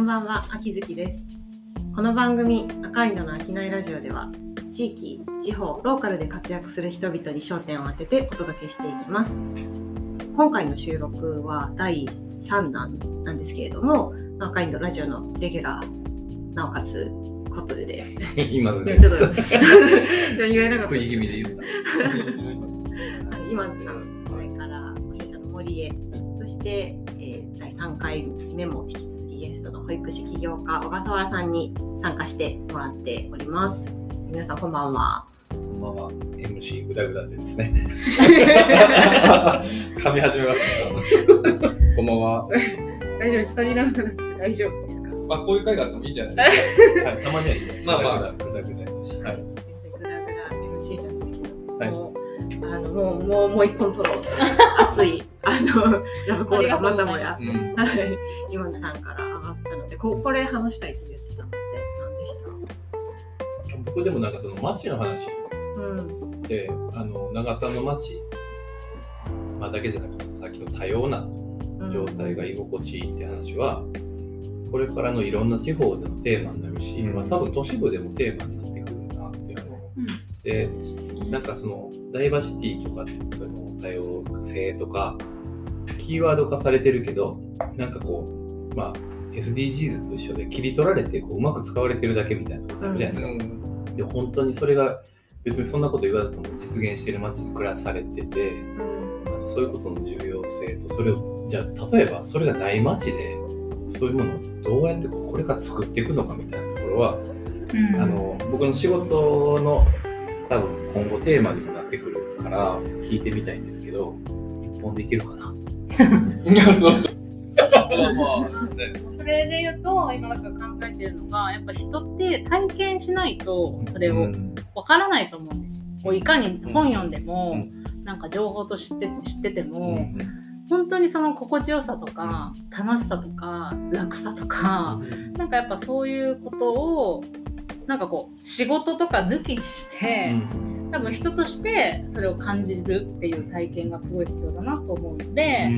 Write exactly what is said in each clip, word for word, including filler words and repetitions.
んばんは、秋月です。この番組赤いんだの商いラジオでは、地域、地方、ローカルで活躍する人々に焦点を当ててお届けしていきます。今回の収録はだいさん弾なんですけれども、赤いんだラジオのレギュラーなおかつことでで今津です。 言えなかった食い気味で言った今津さん、これから弊社の森へ、そして、えー、だいさんかいめも引き続きゲストの保育士起業家小笠原さんに参加してもらっております。皆さんこんばんは。 こんばんは。 エムシー グダグダでですね噛み始めましたこんばんは。 大丈夫、一人ながら大丈夫ですか？ まあこういう回があってもいいんじゃないですか、はい、たまにはいいよ。まあまあグダグダグダ エムシー、はい、 グダグダ エムシー なんですけど、 はい、 もうあのもうもうもう一本取ろう熱いあのラブコールがまたもや、うん、はい、今津さんから上がったので、ここれ話したいって言ってたのって何でした？ 僕でもなんかその街の話で、うん、あの長田の街、まあ、だけじゃなくてさっきの多様な状態が居心地いいって話は、うん、これからのいろんな地方でのテーマになるし、うん、まあ、多分都市部でもテーマになってくるなってあの、うん、でなんかそのダイバーシティとかその多様性とかキーワード化されてるけど、なんかこうまあ エスディージーズ と一緒で切り取られてこううまく使われてるだけみたいなところあるじゃないですか、うん、で本当にそれが別にそんなこと言わずとも実現してる街に暮らされてて、うん、そういうことの重要性と、それをじゃあ例えばそれがない街でそういうものをどうやってこれから作っていくのかみたいなところは、うん、あの僕の仕事の多分今後テーマにもなってくるから聞いてみたいんですけど、一本できるかな？いやそうそれで言うと今なんか考えてるのが、やっぱ人って体験しないとそれをわからないと思うんですよ、うん、いかに本読んでも、うん、なんか情報と知って、知ってても、うん、本当にその心地よさとか楽しさとか楽さとか、うん、なんかやっぱそういうことをなんかこう仕事とか抜きにして、うん、多分人としてそれを感じるっていう体験がすごい必要だなと思うので、うん、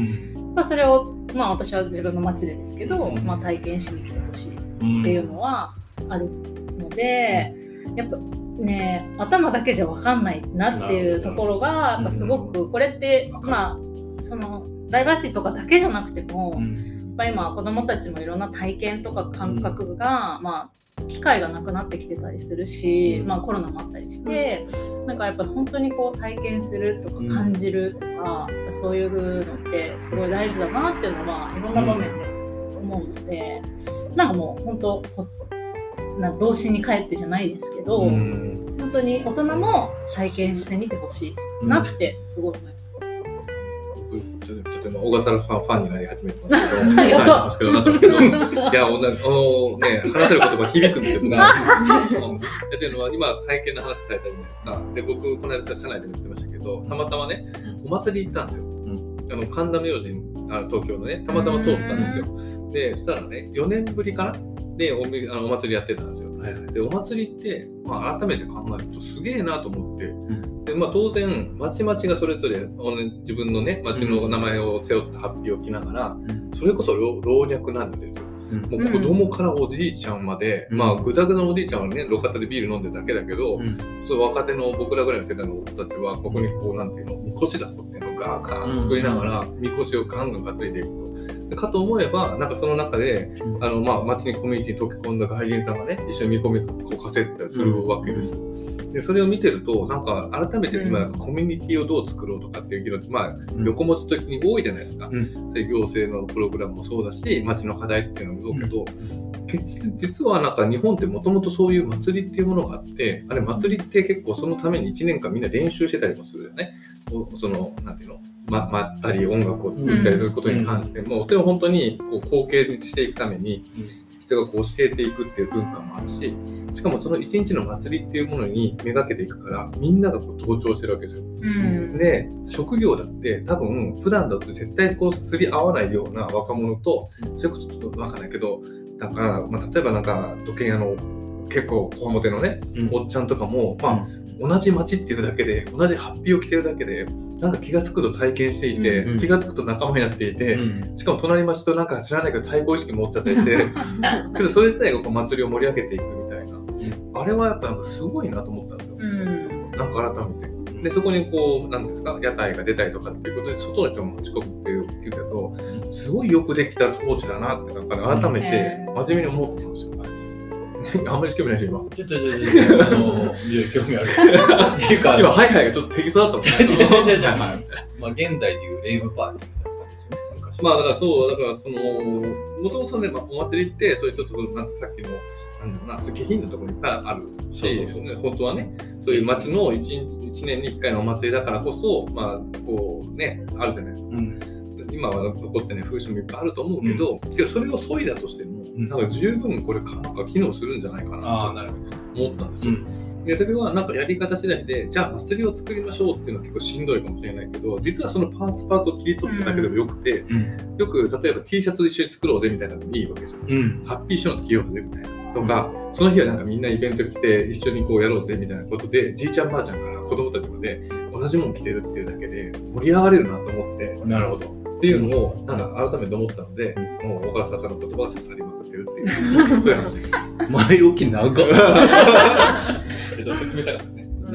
まあ、それをまあ私は自分の街でですけど、うん、まあ、体験しに来てほしいっていうのはあるので、うん、やっぱね頭だけじゃ分かんないなっていうところがやっぱすごく、これってまあそのダイバーシティとかだけじゃなくても、うん、やっぱ今子どもたちもいろんな体験とか感覚が、うん、まあ機会がなくなってきてたりするし、まあ、コロナもあったりして、なんかやっぱ本当にこう体験するとか感じるとか、うん、そういうのってすごい大事だなっていうのはいろんな場面で思うので、うん、なんかもう本当そな童心に帰ってじゃないですけど、うん、本当に大人も体験してみてほしいなってすごい思います。 ちょっと今小笠原さんファンになり始めてますけど、やったますけどなんですけど、いやあのね話せる言葉響くんですよ。っていうのは今体験の話されたじゃないですか。で僕この間社内でも言ってましたけど、たまたまねお祭り行ったんですよ。うん、あの神田明神、あの東京のねたまたま通ったんですよ。でそしたらねよねんぶりかなで お, あのお祭りやってたんですよ。はいはい、でお祭りって、まあ、改めて考えるとすげえなと思って、うん、でまあ、当然町々がそれぞれ自分のね町の名前を背負ったハッピーを着ながら、うん、それこそ 老, 老若なんですよ。うん、もう子供からおじいちゃんまで、うん、まあグダグダのおじいちゃんはね路肩でビール飲んでるだけだけど、うん、そう若手の僕らぐらいの世代の子たちはここにこうなんていうのみこしだこっていうのをガーガー作りながら、うん、みこしをガンガン担いでいくと。かと思えばなんかその中で、うん、あのまあ町にコミュニティに溶け込んだ外人さんがね一緒に見込みこう稼いでたりするわけです、うん、でそれを見てるとなんか改めて今なんかコミュニティをどう作ろうとかっていう議論ってまあ、うん、横文字的に多いじゃないですか、うん、そういう行政のプログラムもそうだし町の課題っていうのもそうけど、うん、実はなんか日本ってもともとそういう祭りっていうものがあって、あれ祭りって結構そのためにいちねんかんみんな練習してたりもするよね。そのなんていうのま, まったり音楽を作ったりすることに関しても、うん、それを本当にこう後継にしていくために人がこう教えていくっていう文化もあるし、しかもその一日の祭りっていうものにめがけていくからみんながこう登場してるわけですよ、うん、で職業だって多分普段だと絶対こうすり合わないような若者と、それこそちょっと分かんないけどだから、まあ、例えばなんか時計屋の結構こわもてのね、 うん、 おっちゃんとかも、まあ、うん、同じ街っていうだけで同じハッピーを着てるだけでなんか気がつくと体験していて、うん、気がつくと仲間になっていて、うん、しかも隣町となんか知らないけど対抗意識持っちゃったりしてけどそれ自体がこう祭りを盛り上げていくみたいな、うん、あれはやっぱなんかすごいなと思ったんですよ、うん、なんか改めてでそこにこうなんですか屋台が出たりとかっていうことで外の人も持ち込むっていうけどすごいよくできた装置だなってなんか改めて真面目に思ってましたよ、うん、あんまり興味ないでしょ今。 ちょちょちょちょあのいや興味ある。っていうか今ハイハイがちょっと適当だったもん。 ちょちょちょちょまあまあ現代でいうレイブパーティーみたいな感じですよね。 まあだからそうだからそのもともとねお祭りってそういうちょっとなんてさっきのなんだろうなそういう下品なところにいっぱいあるし、そうそう本当はねそういう町の一一年に一回のお祭りだからこそまあこうねあるじゃないですか。うん、今は残ってね風習もいっぱいあると思うけど、うん、けどそれを削いだとしても、うん、なんか十分これかなんか機能するんじゃないかなと思ったんですよ。うん、でそれはなんかやり方次第でじゃあ祭りを作りましょうっていうのは結構しんどいかもしれないけど実はそのパーツパーツを切り取っただけでもよくて、うん、よく例えば T シャツ一緒に作ろうぜみたいなのもいいわけですよ。うん、ハッピーショーの着ようぜみたいなとか、うん、その日はなんかみんなイベント来て一緒にこうやろうぜみたいなことでじいちゃんばあちゃんから子供たちまで同じもの着てるっていうだけで盛り上がれるなと思って。 なるほどっていうのをなんか改めて思ったので、もう小笠原さんの言葉が刺さりまくってるっていうそういう話です。 前置き長っ。えっと説明したかったですね。 うん、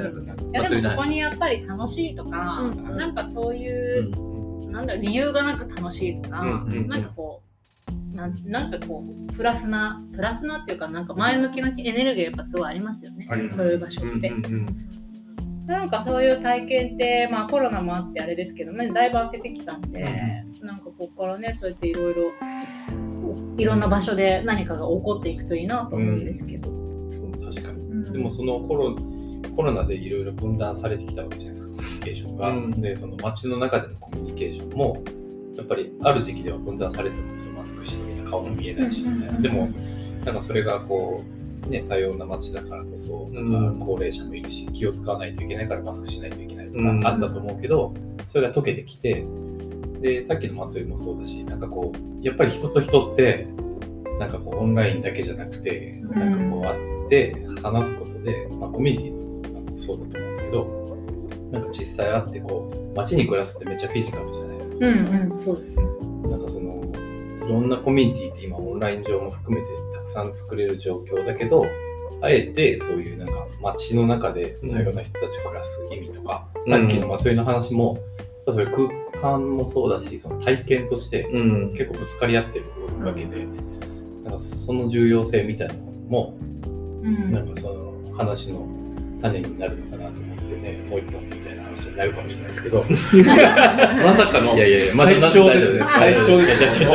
いやでもそこにやっぱり楽しいとか、うん、なんかそういう、うん、なんだろう理由がなく楽しいとか、うん、なんかこうな、なんかこうプラスなプラスなっていうかなんか前向きなエネルギーやっぱすごいありますよね。そういう場所って。うんうんうん、なんかそういう体験って、まあ、コロナもあってあれですけどねだいぶ開けてきたんで、うん、なんかここからねそうやっていろいろいろんな場所で何かが起こっていくといいなと思うんですけど、うん、確かに、うん、でもそのコロ、コロナでいろいろ分断されてきたわけじゃないですかコミュニケーションが、うん、でその街の中でのコミュニケーションもやっぱりある時期では分断されてたんですよ。マスクしてみんな顔も見えないしみたいな、でもなんかそれがこうね、多様な街だからこそなんか高齢者もいるし、うん、気を使わないといけないからマスクしないといけないとかあったと思うけど、うん、それが解けてきてでさっきの祭りもそうだしなんかこうやっぱり人と人ってなんかこうオンラインだけじゃなくて、うん、なんかこう会って話すことで、まあ、コミュニティもそうだと思うんですけどなんか実際会ってこう街に暮らすってめっちゃフィジカルじゃないですか。 うんうん、そうですね。 なんかそのいろんなコミュニティって今オンライン上も含めてたくさん作れる状況だけどあえてそういうなんか街の中で多様な人たち暮らす意味とか、うん、さっきの祭りの話もそれ空間もそうだしその体験として結構ぶつかり合ってるわけで、うん、なんかその重要性みたいなのも、うん、なんかその話の種になるのかなと思ってねもう一本みたいな話になるかもしれないですけどまさかのいやいやいや、ま、 最長ですね最長ですね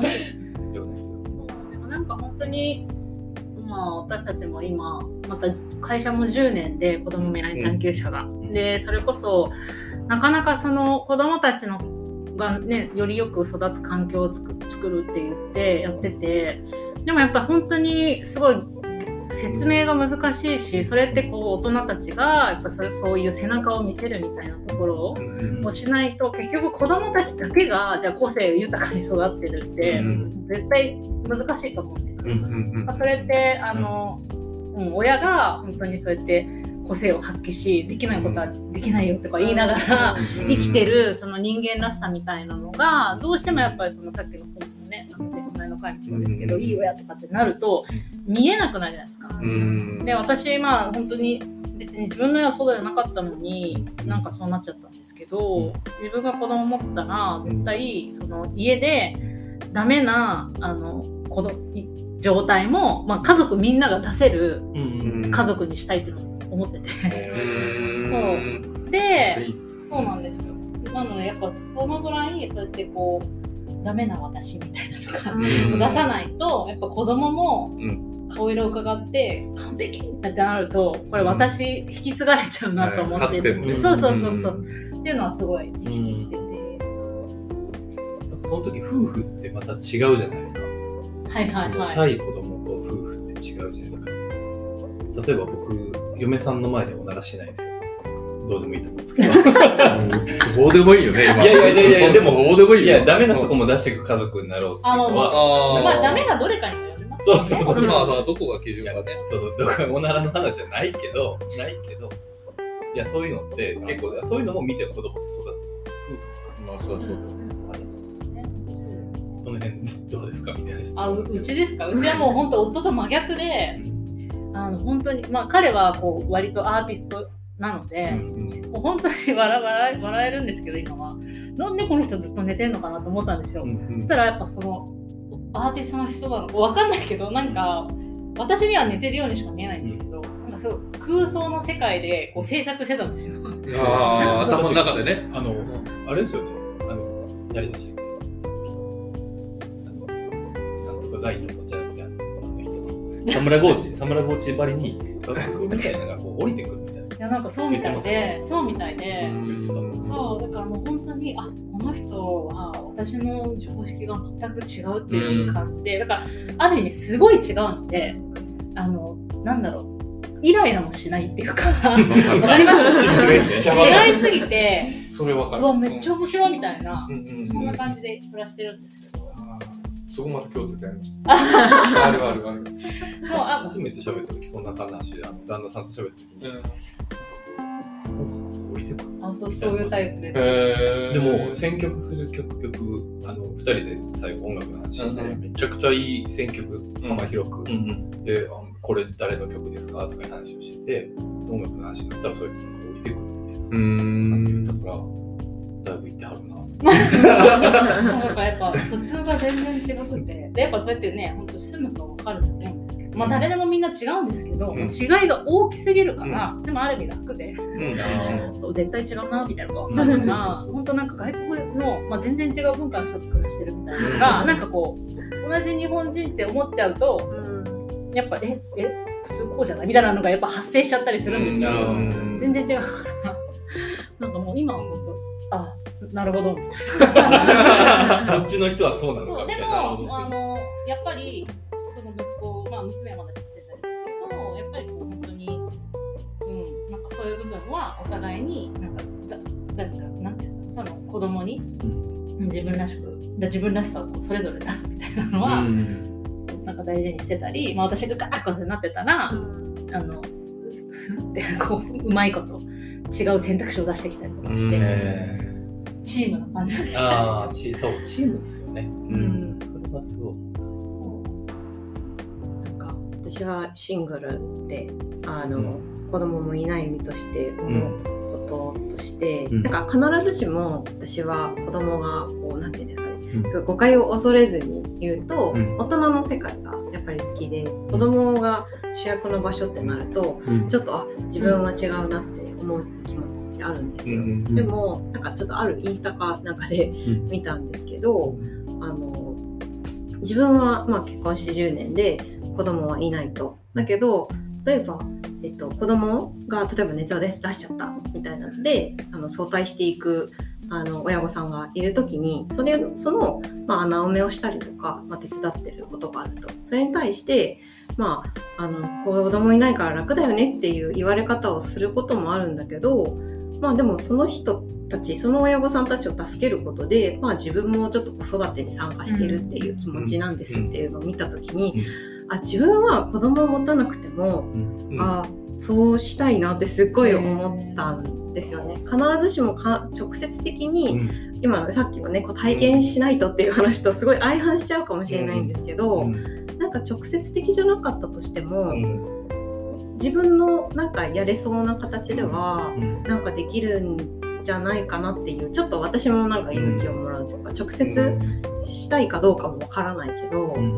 でもなんか本当にまあ私たちも今また会社もじゅうねんで子ども未来探求者が、うん、でそれこそなかなかその子どもたちのがねよりよく育つ環境を作るって言ってやっててでもやっぱ本当にすごい説明が難しいしそれってこう大人たちがやっぱそれそういう背中を見せるみたいなところをしないと結局子どもたちだけがじゃあ個性豊かに育ってるって絶対難しいと思うんですよ。それってあの、うん、親が本当にそうやって個性を発揮しできないことはできないよとか言いながら生きてるその人間らしさみたいなのがどうしてもやっぱりそのさっきの本のね前の回もそうですけどいい親とかってなると見えなくなるじゃないですか。で私まあ本当に別に自分の親はそうじゃなかったのになんかそうなっちゃったんですけど自分が子供持ったら絶対その家でダメなあの子供状態も、まあ、家族みんなが出せる家族にしたいっていうのを思っててそうでそうなんですよ。なのでやっぱそのぐらいそうやってこうダメな私みたいなとか出さないとやっぱ子供も顔色を伺って完璧ってなるとこれ私引き継がれちゃうなと思って、うん、そうそうそうそうっていうのはすごい意識してて、 うん、その時夫婦ってまた違うじゃないですか。 はいはいはい。 対子供と夫婦って違うじゃないですか。例えば僕嫁さんの前でおならしないんですよ。どうでもいいと思うんですけどどうでもいいよね今。 いやいやいやいやでもどうでもいいよ。 いやダメなとこも出していく家族になろうっていうのはあまあダメがどれかにもよるますよね。 そうそうそう。 まあまあどこが基準かね。 そうどこがおならの話じゃないけど、ないけど、いやそういうのって結構そういうのも見て子供って育つんですよ。 まあそうそう。 この辺どうですかみたいな。 あ、う, うちですか。うちはもう本当夫と真逆で、あの本当にまあ彼はこう割とアーティストなので、うん、もう本当に笑笑え笑えるんですけど今はなんでこの人ずっと寝てんのかなと思ったんですよ。うんうん、そしたらやっぱそのアーティストの人なのかわかんないけどなんか私には寝てるようにしか見えないんですけど、うん、なんかそう空想の世界でこう制作してたんですよ。 あ頭の中でね。 あのあれですよね。あの誰でしたっけ？ガイとかじゃなくてあの人サムラゴーチサムラゴーチばりに楽譜みたいなのがこう降りてくるみたいな。 いやなんかそうみたいで、そうみたいで、そうだからもう本当にあこの人は私の常識が全く違うっていう感じで、だからある意味すごい違うので、あのなんだろうイライラもしないっていうか、わかります違いすぎて、 それわかる。 うわめっちゃ面白いみたいな、うんうんうん、そんな感じで暮らしてるんですけど。 そこまで共通点ありました。あるあるある。 そうあ初めて喋った時そんな話であの旦那さんと喋った時に、うん、置いてくる。 あそうそういうタイプです。 でも選曲する曲曲あのふたりで最後音楽の話して、うん、めちゃくちゃいい選曲幅広く、うんうん、であこれ誰の曲ですかとかいう話をしてて音楽の話になったらそうやって降りてくるみたいな感じで言ったからだいぶ言ってはるな。 そうなんかやっぱ普通が全然違くてでやっぱそうやってね本当住むと分かると思うんですけど、まあ誰でもみんな違うんですけど、うん、違いが大きすぎるから、うん、でもある意味楽で、うん、そう絶対違うなみたいなのが分かるから本当なんか外国の、まあ、全然違う文化の人と暮らしてるみたいなのが、うん、なんかこう同じ日本人って思っちゃうと、うん、やっぱええ普通こうじゃないみたいなのがやっぱ発生しちゃったりするんですけど、うん、全然違うからなんかもう今は本当あなるほどそっちの人はそうなのかみたいな。 でもあのやっぱりその息子、まあ、娘はまだちっちゃいですけどやっぱりこう本当に、うん、なんかそういう部分はお互いになんかだなんかなんていうのその子供に、うん、自分らしく自分らしさをこうそれぞれ出すみたいなのは、うん、そうなんか大事にしてたり、まあ、私がガーッとかってなってたら、うん、あのふってこううまいこと違う選択肢を出してきたりとかして。うんチームの感じでああ、チそうチームですよね。うん、それはそう。 なんか私はシングルであの、うん、子供もいない身として思うこととして、うん、なんか必ずしも私は子供がこうなんていうんですかね、うん、そう誤解を恐れずに言うと、うん、大人の世界がやっぱり好きで、子供が主役の場所ってなると、うん、ちょっとあ自分は違うなって思う気持ちってあるんですよ、うんうん、でもなんかちょっとあるインスタかなんかで見たんですけど、うん、あの自分はまあ結婚してじゅうねんで子供はいないと。だけど例えば、えっと、子供が例えば熱を出しちゃったみたいなのであの早退していくあの親御さんがいるときにそれその、まあ、穴埋めをしたりとか、まあ、手伝ってることがあると。それに対してまあ、あの子供いないから楽だよねっていう言われ方をすることもあるんだけど、まあでもその人たちその親御さんたちを助けることで、まあ、自分もちょっと子育てに参加しているっていう気持ちなんですっていうのを見た時に、あ自分は子供を持たなくても、あそうしたいなってすっごい思ったんですよね。必ずしもか直接的に、今さっきのねこう体験しないとっていう話とすごい相反しちゃうかもしれないんですけど、なんか直接的じゃなかったとしても、うん、自分のなんかやれそうな形では、うん、なんかできるんじゃないかなっていうちょっと私もなんか勇気をもらうというか、直接したいかどうかもわからないけど、うん、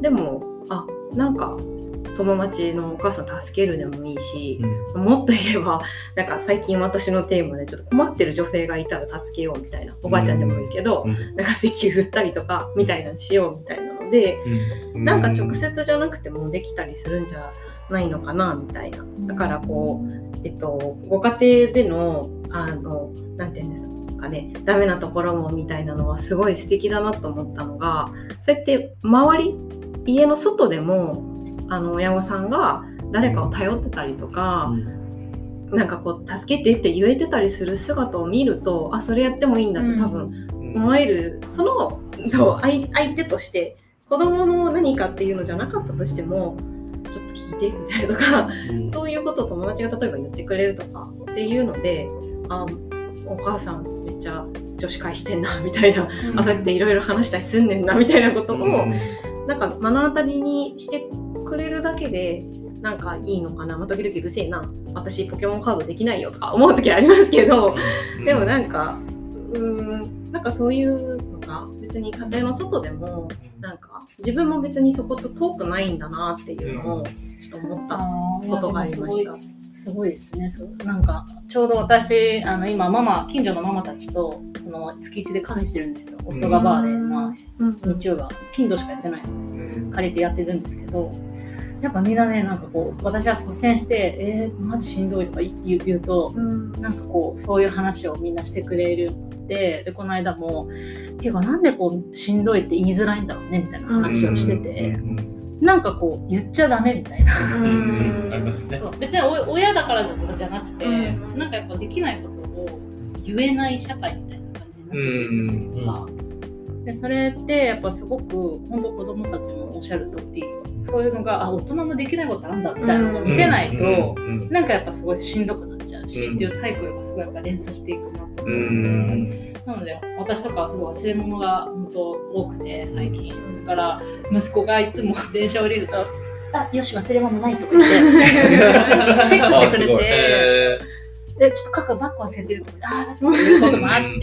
でもあなんか友達のお母さん助けるでもいいし、うん、もっと言えばなんか最近私のテーマでちょっと困ってる女性がいたら助けようみたいな、おばあちゃんでもいいけど、うん、なんか席譲ったりとかみたいなのしようみたいなので、うん、なんか直接じゃなくてもできたりするんじゃないのかなみたいな。だからこう、えっと、ご家庭でのあのなんていうんですかね、ダメなところもみたいなのはすごい素敵だなと思ったのが、そうやって周り家の外でもあの親御さんが誰かを頼ってたりとか、うん、なんかこう助けてって言えてたりする姿を見ると、あそれやってもいいんだって多分思える、うん、そのそう相、相手として子供の何かっていうのじゃなかったとしてもちょっと聞いてみたいなとか、うん、そういうことを友達が例えば言ってくれるとかっていうので、あ、お母さんめっちゃ女子会してんなみたいな、うん、あ、そうやっていろいろ話したりすんねんなみたいなことを、うん、なんか目の当たりにしてくれるだけでなんかいいのかな。まあ、時々うるせえな、私ポケモンカードできないよとか思う時ありますけど、うん、でもなんかうーんなんかそういうのが別に家庭の外でもなんか自分も別にそこと遠くないんだなっていうのをちょっと思ったことがありました。 すごいですね。そうなんかちょうど私あの今ママ近所のママたちとその月一でカフェしてるんですよ。夫がバーで、まあ、日曜は金土しかやってないので借りてやってるんですけど、やっぱみんなね、なんかこう私は率先してえー、マジしんどいとか言 う, 言うと、うん、なんかこうそういう話をみんなしてくれるので、でこの間もっていうかなんでこうしんどいって言いづらいんだろうねみたいな話をしてて、うん、なんかこう言っちゃダメみたいな、うん、 ありますよね。 そう別に親だからじゃなくて、うん、なんかやっぱできないことを言えない社会みたいな感じになっちゃってるじゃないですか、うん、でそれってやっぱすごく本当子供たちもおっしゃる通りそういうのがあ大人もできないことなんだみたいなのを見せないと、うんうん、なんかやっぱすごいしんどくなっちゃうし、うん、っていうサイクルがすごいやっぱ連鎖していくなと思うので、うん、なので私とかはすごい忘れ物が本当多くて最近だから息子がいつも電車降りるとあよし忘れ物ないとか言ってチェックしてくれて、えー、でちょっとカカバッグ忘れてるとかああっていうこともあって、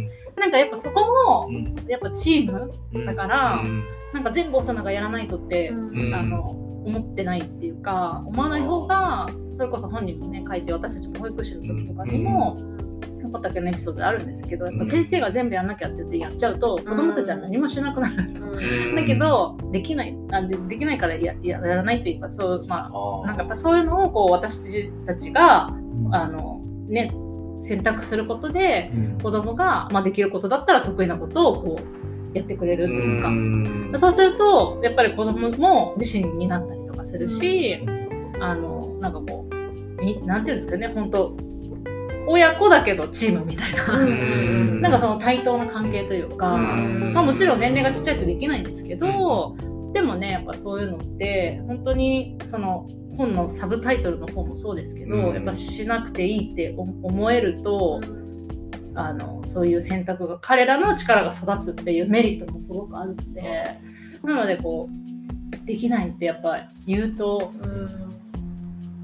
うん、なんかやっぱそこもやっぱチームだから、うんなんか全部大人がやらないとって、うん、あの思ってないっていうか思わない方がそれこそ本人もね書いて私たちも保育士の時とかにも横田家のエピソードであるんですけどやっぱ先生が全部やんなきゃって言ってやっちゃうと子供たちは何もしなくなると、うん、だけどできないあでできないからややらないというかそうまあなんかやっぱそういうのをこう私たちがあのね選択することで子供がまあできることだったら得意なことをこうやってくれるっていうか、うんそうするとやっぱり子供も自信になったりとかするし、うん、あのなんかこうなんていうんですかね本当親子だけどチームみたいな、うん、なんかその対等な関係というか、うんまあ、もちろん年齢がちっちゃいとできないんですけど、うん、でもねやっぱそういうのって本当にその本のサブタイトルの方もそうですけど、うん、やっぱしなくていいって思えるとあのそういう選択が彼らの力が育つっていうメリットもすごくあるのでなのでこうできないってやっぱ言うと、うん、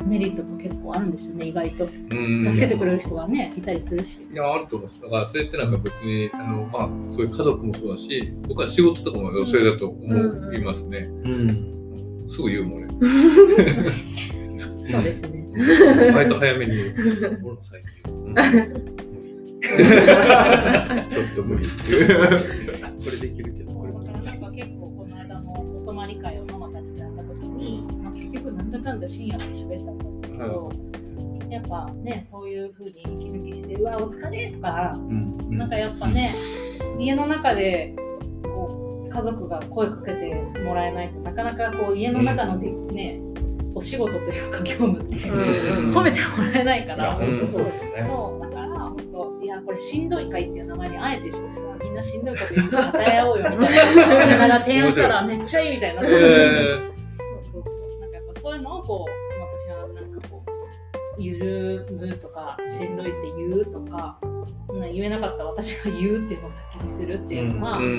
メリットも結構あるんですよね意外と助けてくれる人がねいたりするしいやあると思いますだからそれってなんか別にあの、まあ、そういう家族もそうだし僕は仕事とかもそれだと思いますね、うんうん、すぐ言うもんねそうですね割と早めに言う俺も最近言うちょっと無理これできるけどこれもなんか結構この間のお泊まり会をママたちでやった時に、まあ、結局なんだかんだ深夜まで喋っちゃったんだけど、うん、やっぱねそういう風に息抜きしてうわお疲れとか、うんうん、なんかやっぱね家の中でこう家族が声かけてもらえないとなかなかこう家の中ので、ね、うん、お仕事というか業務って褒めてもらえないから、 うんうん、本当そうですよね。 そうだから本当いやこれしんどい会っていう名前にあえてしてさみんなしんどいこと言って語り合おうよみたいなな提案したらめっちゃいいみたいな、えー、そうそうそうなんかやっぱそういうのをこう私はなんかこうゆるむとかしんどいって言うとか言えなかった私が言うっていうのを先にするっていうのは、うん、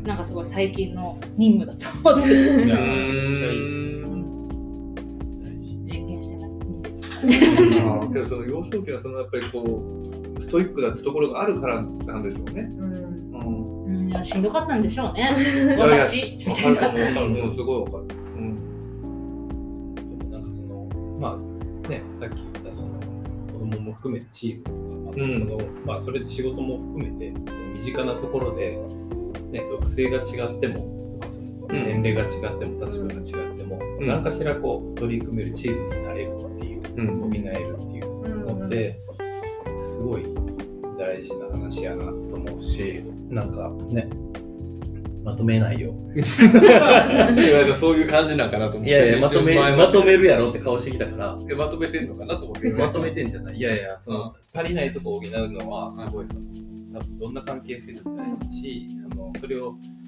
なんかすごい最近の任務だと思ってる。いやめっちゃいいですね。実験してます。 けどその幼少期はそのやっぱりこうストイックだってところがあるからなんでしょうね。 うんうん、いやしんどかったんでしょうね。 私みたいな。わかるもうすごいわかる。うん。 でもなんかそのまあねさっき言ったその子供も含めてチームとか、あとその、うん、まあそれで仕事も含めてその身近なところでね属性が違ってもとかその年齢が違っても立場が違っても、うん、何かしらこう取り組めるチームになれるっていう、うん、補えるっていうのって、うん、すごい大事な話やなと思うし、なんかねまとめないよそういう感じなんかなと思って、 いやいやまとめまとめるやろって顔してきたからえまとめてんのかなと思ってまとめてんじゃない、いやいやその足りないとこを補うのはすごいその多分どんな関係性でも大事だし、そのそれを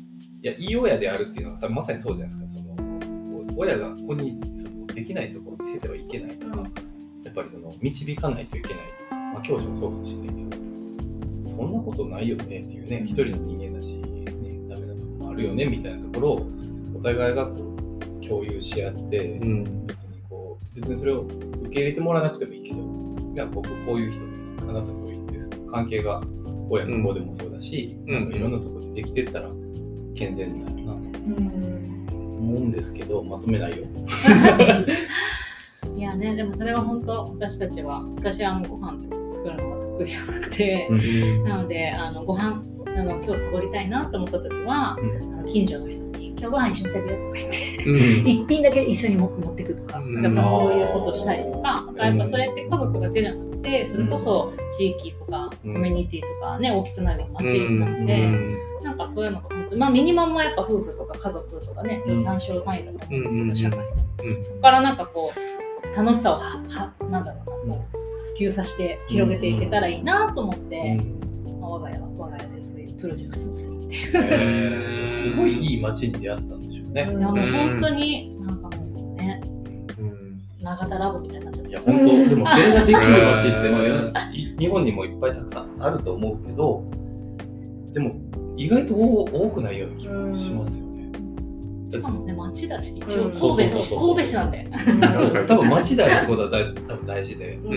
いやいい親であるっていうのはさまさにそうじゃないですか。その親が子にそのできないところを見せてはいけないとか、うん、やっぱりその導かないといけないとか、まあ、教師もそうかもしれないけど、そんなことないよねっていうね、一人の人間だし、ね、ダメなところもあるよねみたいなところをお互いがこう共有し合って、うん、別にこう別にそれを受け入れてもらわなくてもいいけど、いや僕こういう人です、あなたこういう人です、関係が親と子でもそうだし、うん、なんかいろんなところでできてったら健全になるなと思うんですけど、まとめないよ。 いやね、でもそれは本当私たちは、私はもうご飯作るのが得意じゃなくて、うん、なのであのご飯あの今日サボりたいなと思った時は、うん、あの近所の人に今日ご飯一緒に食べようとか言って、うん、一品だけ一緒に持っていくとか、うん、なんかそういうことをしたりとか、やっぱそれって家族だけじゃなくて、それこそ地域とかコミュニティとかね、大きくなる街なので、うん、なんかそういうのが本当、まあミニマムはやっぱ夫婦とか家族とかね、そういう参照単位だと思うんですけど、社会で、うん、そこからなんかこう楽しさをははなんだろうな、普及させて広げていけたらいいなと思って、うんまあ、我が家は我が家でそういうプロジェクトをするっていう、 えー、すごいいい街に出会ったんでしょうね。 いやもう本当になんかもうね、うん、永田ラボみたいになっちゃって、 いや本当でもそれができる街ってのは日本にもいっぱいたくさんあると思うけど、でも意外と多くないような気がしますよね。 しますね、町だし、一応神戸市、神戸市なんで。 多分町だよってことは大多分大事で、うん、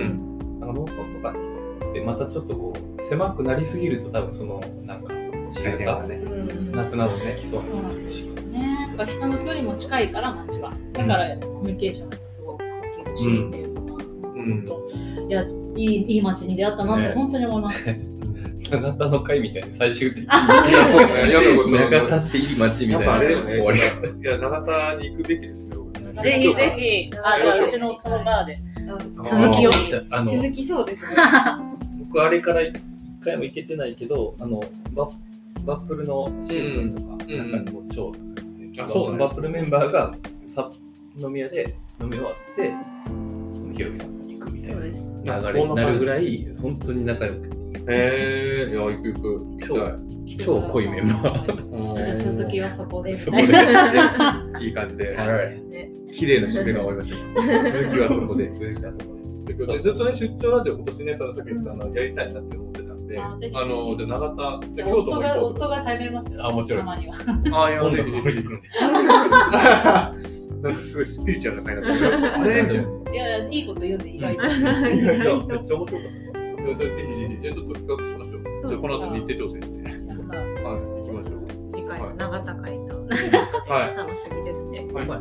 なんか農村とかに行ってまたちょっとこう狭くなりすぎると多分そのなんか自由さがね、なくなるね、きそうな気がするし。 ね、なんか人の距離も近いから町は。だからコミュニケーションがすごく大きいしっていうのは、本当いやいいいい町に出会ったなって本当に思います。 永田の会みたいに最終的に永田っていい街みたいな。 あれだよね。いや永田に行くべきですよ。 ぜひぜひ。あ、じゃあうちの夫のバーで続きを続きそうですね。 僕あれから一回も行けてないけど、あのババップルの新聞とか中にも超高くて、バップルメンバーがさ飲み屋で飲み終わってそのひろきさんに行くみたいな流れになるぐらい本当に仲良くて。 えー、いや行く行く行きたい。超濃いメンバー。じゃ続きはそこで。 そこでいい感じで、綺麗な締めが終わりました。続きはそこで。続きはそこで。ずっとね出張ラジオ今年ねその時にやりたいなって思ってたんで、あのじゃ永田じゃ京都も行こう。 夫が再現ますよ。 あもちろん。 たまには。 あいやぜひぜひ。なんかすごいスピリチュアルな会になって。あれいやいいこと言うんで意外と。 いやいやめっちゃ面白かった。ぜひぜひ、じゃあちょっと比較しましょう。じゃあこの後日程調整して。はい、行きましょう。 次回の永田会と楽しみですね。はい。はい。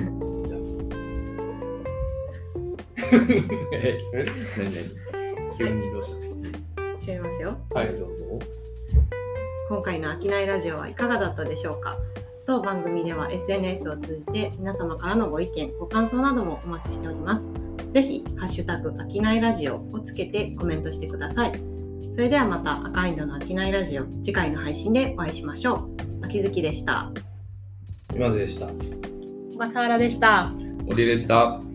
え、何何？急にどうした？ 閉めますよ。 はい、どうぞ。 今回の商いラジオはいかがだったでしょうか。当番組では エスエヌエス を通じて皆様からのご意見、ご感想などもお待ちしております。ぜひハッシュタグあきないラジオをつけてコメントしてください。それではまた赤インドのあきないラジオ次回の配信でお会いしましょう。秋月でした。 今津でした。 小笠原でした。 森でした。